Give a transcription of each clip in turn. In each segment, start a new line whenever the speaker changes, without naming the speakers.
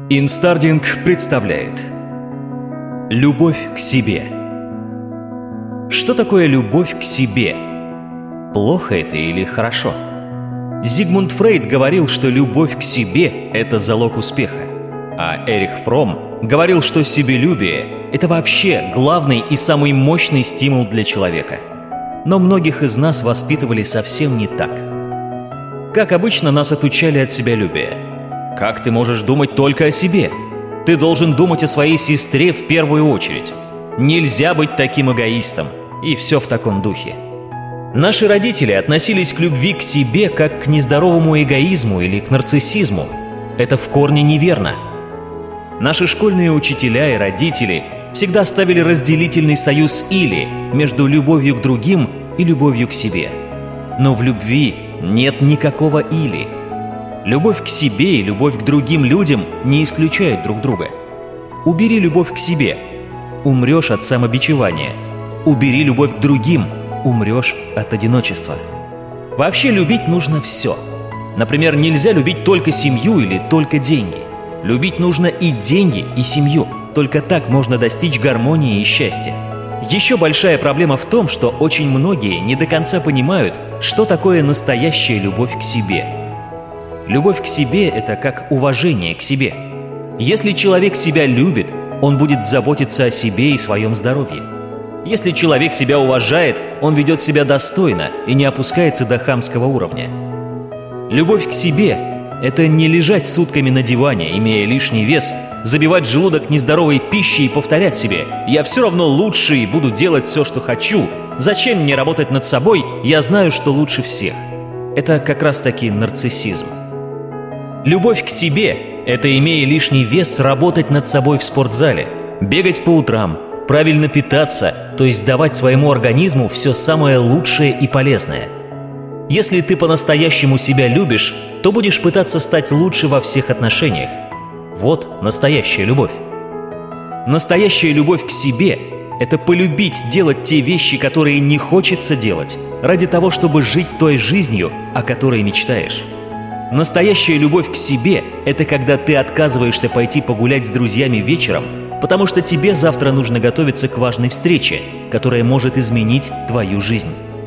Инстардинг представляет «Любовь к себе». Что такое любовь к себе? Плохо это или хорошо? Зигмунд Фрейд говорил, что любовь к себе – это залог успеха. А Эрих Фромм говорил, что себелюбие – это вообще главный и самый мощный стимул для человека. Но многих из нас воспитывали совсем не так. Как обычно, нас отучали от себялюбия. Как ты можешь думать только о себе? Ты должен думать о своей сестре в первую очередь. Нельзя быть таким эгоистом. И все в таком духе. Наши родители относились к любви к себе как к нездоровому эгоизму или к нарциссизму. Это в корне неверно. Наши школьные учителя и родители всегда ставили разделительный союз «или» между любовью к другим и любовью к себе. Но в любви нет никакого «или». Любовь к себе и любовь к другим людям не исключают друг друга. Убери любовь к себе – умрешь от самобичевания. Убери любовь к другим – умрешь от одиночества. Вообще любить нужно все. Например, нельзя любить только семью или только деньги. Любить нужно и деньги, и семью. Только так можно достичь гармонии и счастья. Еще большая проблема в том, что очень многие не до конца понимают, что такое настоящая любовь к себе. Любовь к себе – это как уважение к себе. Если человек себя любит, он будет заботиться о себе и своем здоровье. Если человек себя уважает, он ведет себя достойно и не опускается до хамского уровня. Любовь к себе – это не лежать сутками на диване, имея лишний вес, забивать желудок нездоровой пищей и повторять себе: «Я все равно лучше и буду делать все, что хочу. Зачем мне работать над собой? Я знаю, что лучше всех». Это как раз-таки нарциссизм. Любовь к себе – это, имея лишний вес, работать над собой в спортзале, бегать по утрам, правильно питаться, то есть давать своему организму все самое лучшее и полезное. Если ты по-настоящему себя любишь, то будешь пытаться стать лучше во всех отношениях. Вот настоящая любовь. Настоящая любовь к себе – это полюбить делать те вещи, которые не хочется делать, ради того, чтобы жить той жизнью, о которой мечтаешь. Настоящая любовь к себе – это когда ты отказываешься пойти погулять с друзьями вечером, потому что тебе завтра нужно готовиться к важной встрече, которая может изменить твою жизнь.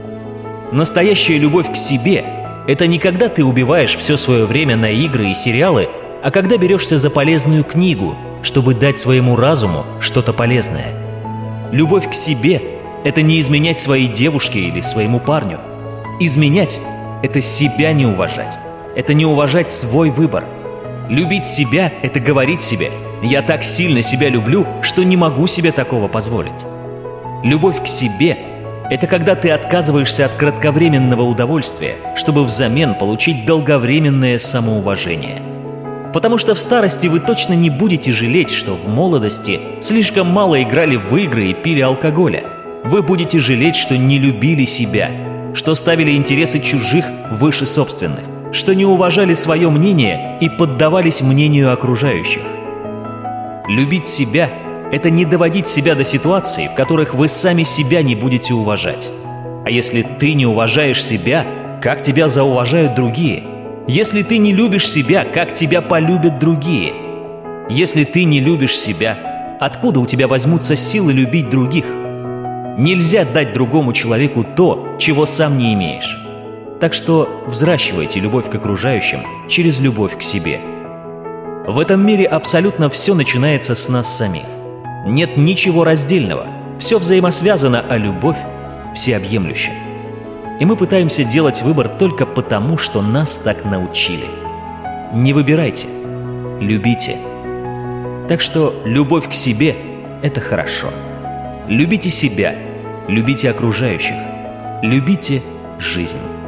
Настоящая любовь к себе – это не когда ты убиваешь все свое время на игры и сериалы, а когда берешься за полезную книгу, чтобы дать своему разуму что-то полезное. Любовь к себе – это не изменять своей девушке или своему парню. Изменять – это себя не уважать. Это не уважать свой выбор. Любить себя – это говорить себе: «Я так сильно себя люблю, что не могу себе такого позволить». Любовь к себе – это когда ты отказываешься от кратковременного удовольствия, чтобы взамен получить долговременное самоуважение. Потому что в старости вы точно не будете жалеть, что в молодости слишком мало играли в игры и пили алкоголя. Вы будете жалеть, что не любили себя, что ставили интересы чужих выше собственных, что не уважали свое мнение и поддавались мнению окружающих. Любить себя – это не доводить себя до ситуаций, в которых вы сами себя не будете уважать. А если ты не уважаешь себя, как тебя зауважают другие? Если ты не любишь себя, как тебя полюбят другие? Если ты не любишь себя, откуда у тебя возьмутся силы любить других? Нельзя дать другому человеку то, чего сам не имеешь. Так что взращивайте любовь к окружающим через любовь к себе. В этом мире абсолютно все начинается с нас самих. Нет ничего раздельного, все взаимосвязано, а любовь всеобъемлющая. И мы пытаемся делать выбор только потому, что нас так научили. Не выбирайте, любите. Так что любовь к себе – это хорошо. Любите себя, любите окружающих, любите жизнь.